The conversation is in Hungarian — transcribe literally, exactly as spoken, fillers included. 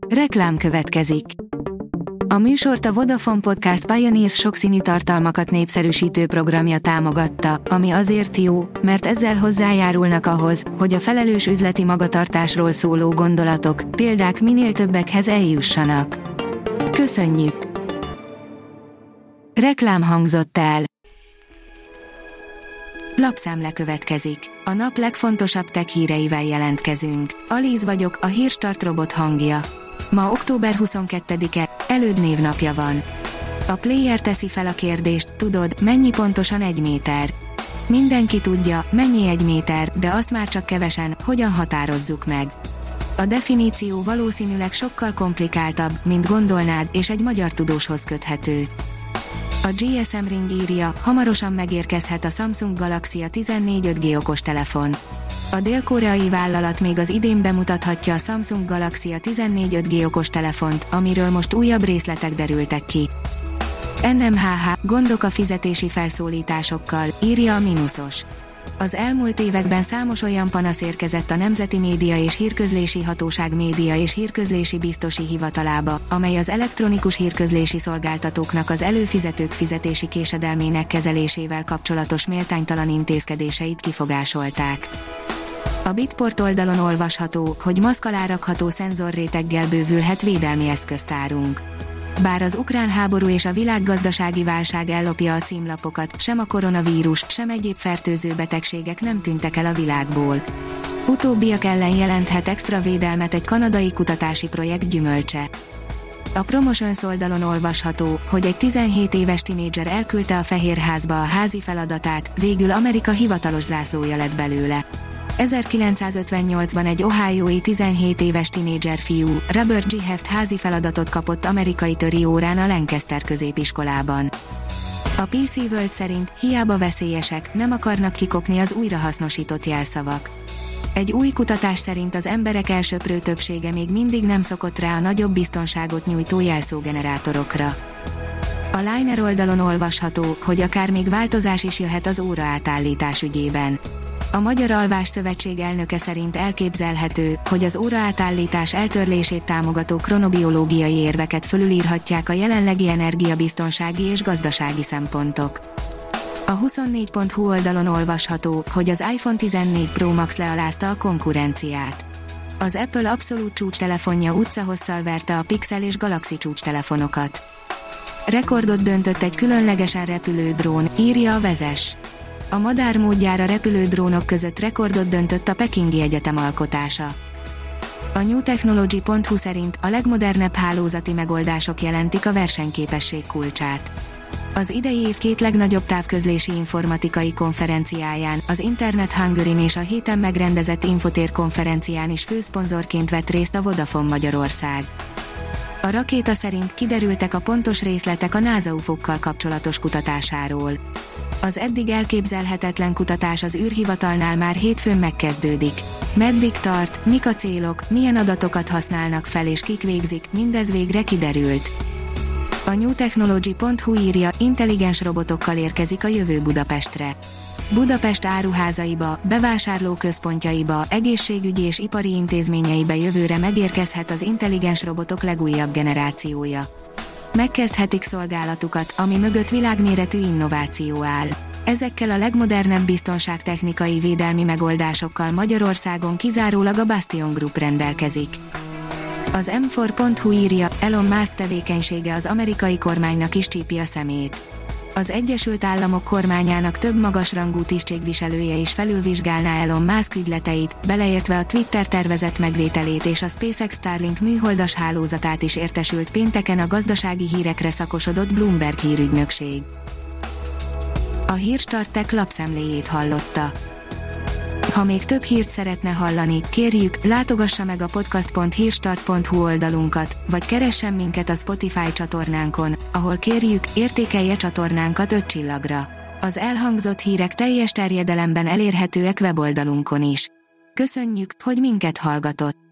Reklám következik. A műsort a Vodafone Podcast Pioneers sokszínű tartalmakat népszerűsítő programja támogatta, ami azért jó, mert ezzel hozzájárulnak ahhoz, hogy a felelős üzleti magatartásról szóló gondolatok, példák minél többekhez eljussanak. Köszönjük! Reklám hangzott el. Lapszemle következik. A nap legfontosabb tech híreivel jelentkezünk. Alíz vagyok, a Hírstart robot hangja. Ma október huszonkettedike, Előd névnapja van. A Player teszi fel a kérdést, tudod, mennyi pontosan egy méter? Mindenki tudja, mennyi egy méter, de azt már csak kevesen, hogyan határozzuk meg. A definíció valószínűleg sokkal komplikáltabb, mint gondolnád, és egy magyar tudóshoz köthető. A gé es em Ring írja, hamarosan megérkezhet a Samsung Galaxy A tizennégy öt G okostelefon. A dél-koreai vállalat még az idén bemutathatja a Samsung Galaxy A tizennégy öt G okostelefont, amiről most újabb részletek derültek ki. en em há há, gondok a fizetési felszólításokkal, írja a Minusos. Az elmúlt években számos olyan panasz érkezett a Nemzeti Média és Hírközlési Hatóság Média és Hírközlési Biztosi Hivatalába, amely az elektronikus hírközlési szolgáltatóknak az előfizetők fizetési késedelmének kezelésével kapcsolatos méltánytalan intézkedéseit kifogásolták. A Bitport oldalon olvasható, hogy maszk alá rakható szenzorréteggel bővülhet védelmi eszköztárunk. Bár az ukrán háború és a világgazdasági válság ellopja a címlapokat, sem a koronavírus, sem egyéb fertőző betegségek nem tűntek el a világból. Utóbbiak ellen jelenthet extra védelmet egy kanadai kutatási projekt gyümölcse. A Promotions oldalon olvasható, hogy egy tizenhét éves tinédzser elküldte a Fehérházba a házi feladatát, végül Amerika hivatalos zászlója lett belőle. ezerkilencszázötvennyolcban egy ohiói tizenhét éves tinédzser fiú, Robert G. Heft házi feladatot kapott amerikai töri órán a Lancaster középiskolában. A pé cé World szerint hiába veszélyesek, nem akarnak kikopni az újrahasznosított jelszavak. Egy új kutatás szerint az emberek elsöprő többsége még mindig nem szokott rá a nagyobb biztonságot nyújtó jelszógenerátorokra. A Liner oldalon olvasható, hogy akár még változás is jöhet az óraátállítás ügyében. A Magyar Alvás Szövetség elnöke szerint elképzelhető, hogy az óraátállítás eltörlését támogató kronobiológiai érveket fölülírhatják a jelenlegi energiabiztonsági és gazdasági szempontok. A huszonnégy pont hu oldalon olvasható, hogy az iPhone tizennégy Pro Max lealázta a konkurenciát. Az Apple abszolút csúcstelefonja utcahosszal verte a Pixel és Galaxy csúcstelefonokat. Rekordot döntött egy különlegesen repülő drón, írja a Vezes. A madár módjára repülő drónok között rekordot döntött a Pekingi Egyetem alkotása. A new technology pont hu szerint a legmodernebb hálózati megoldások jelentik a versenyképesség kulcsát. Az idei év két legnagyobb távközlési informatikai konferenciáján, az Internet Hungary-n és a héten megrendezett Infotér konferencián is főszponzorként vett részt a Vodafone Magyarország. A rakéta szerint kiderültek a pontos részletek a NASA ufókkal kapcsolatos kutatásáról. Az eddig elképzelhetetlen kutatás az űrhivatalnál már hétfőn megkezdődik. Meddig tart, mik a célok, milyen adatokat használnak fel és kik végzik, mindez végre kiderült. A new technology pont hu írja, intelligens robotokkal érkezik a jövő Budapestre. Budapest áruházaiba, bevásárlóközpontjaiba, egészségügyi és ipari intézményeibe jövőre megérkezhet az intelligens robotok legújabb generációja. Megkezdhetik szolgálatukat, ami mögött világméretű innováció áll. Ezekkel a legmodernebb biztonságtechnikai védelmi megoldásokkal Magyarországon kizárólag a Bastion Group rendelkezik. Az em négy pont hu írja, Elon Musk tevékenysége az amerikai kormánynak is csípi a szemét. Az Egyesült Államok kormányának több magasrangú tisztségviselője is felülvizsgálná Elon Musk ügyleteit, beleértve a Twitter tervezett megvételét és a SpaceX Starlink műholdas hálózatát is értesült pénteken a gazdasági hírekre szakosodott Bloomberg hírügynökség. A Hírstart Tech lapszemléjét hallotta. Ha még több hírt szeretne hallani, kérjük, látogassa meg a podcast pont hírstart pont hu oldalunkat, vagy keressen minket a Spotify csatornánkon, ahol kérjük, értékelje csatornánkat öt csillagra. Az elhangzott hírek teljes terjedelemben elérhetőek weboldalunkon is. Köszönjük, hogy minket hallgatott!